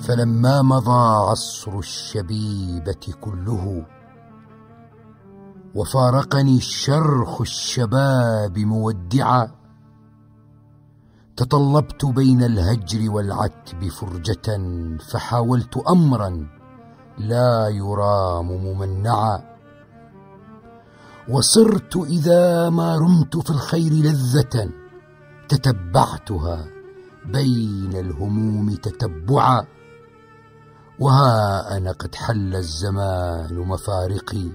فلما مضى عصر الشبيبة كله وفارقني شرخ الشباب مودعا، تطلبت بين الهجر والعتب فرجة، فحاولت أمرا لا يرام ممنعا، وصرت إذا ما رمت في الخير لذة تتبعتها بين الهموم تتبعا، وها أنا قد حل الزمان مفارقي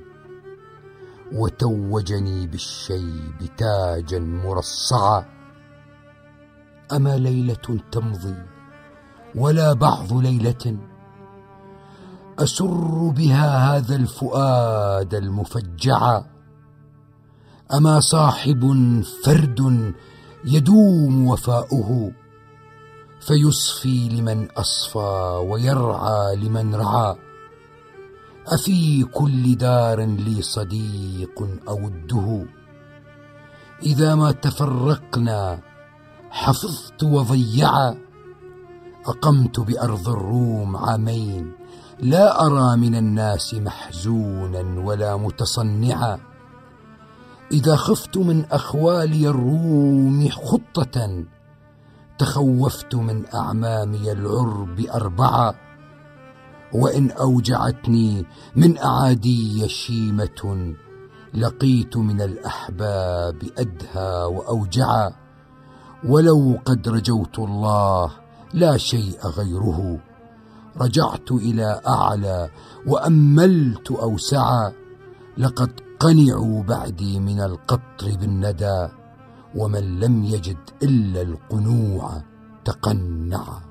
وتوجني بالشيب تاجا مرصعا. أما ليلة تمضي ولا بعض ليلة أسر بها هذا الفؤاد المفجعا، أما صاحب فرد يدوم وفاؤه فيصفي لمن أصفى ويرعى لمن رعى، أفي كل دار لي صديق أوده، إذا ما تفرقنا حفظت وضيعا، أقمت بأرض الروم عامين لا أرى من الناس محزونا ولا متصنعا، إذا خفت من أخوالي الروم خطة تخوفت من أعمامي العرب أربعا، وإن أوجعتني من أعادي شيمة لقيت من الأحباب أدهى وأوجعا، ولو قد رجوت الله لا شيء غيره، رجعت إلى أعلى وأملت أوسعا، لقد قنعوا بعدي من القطر بالندى، ومن لم يجد إلا القنوع تقنعا.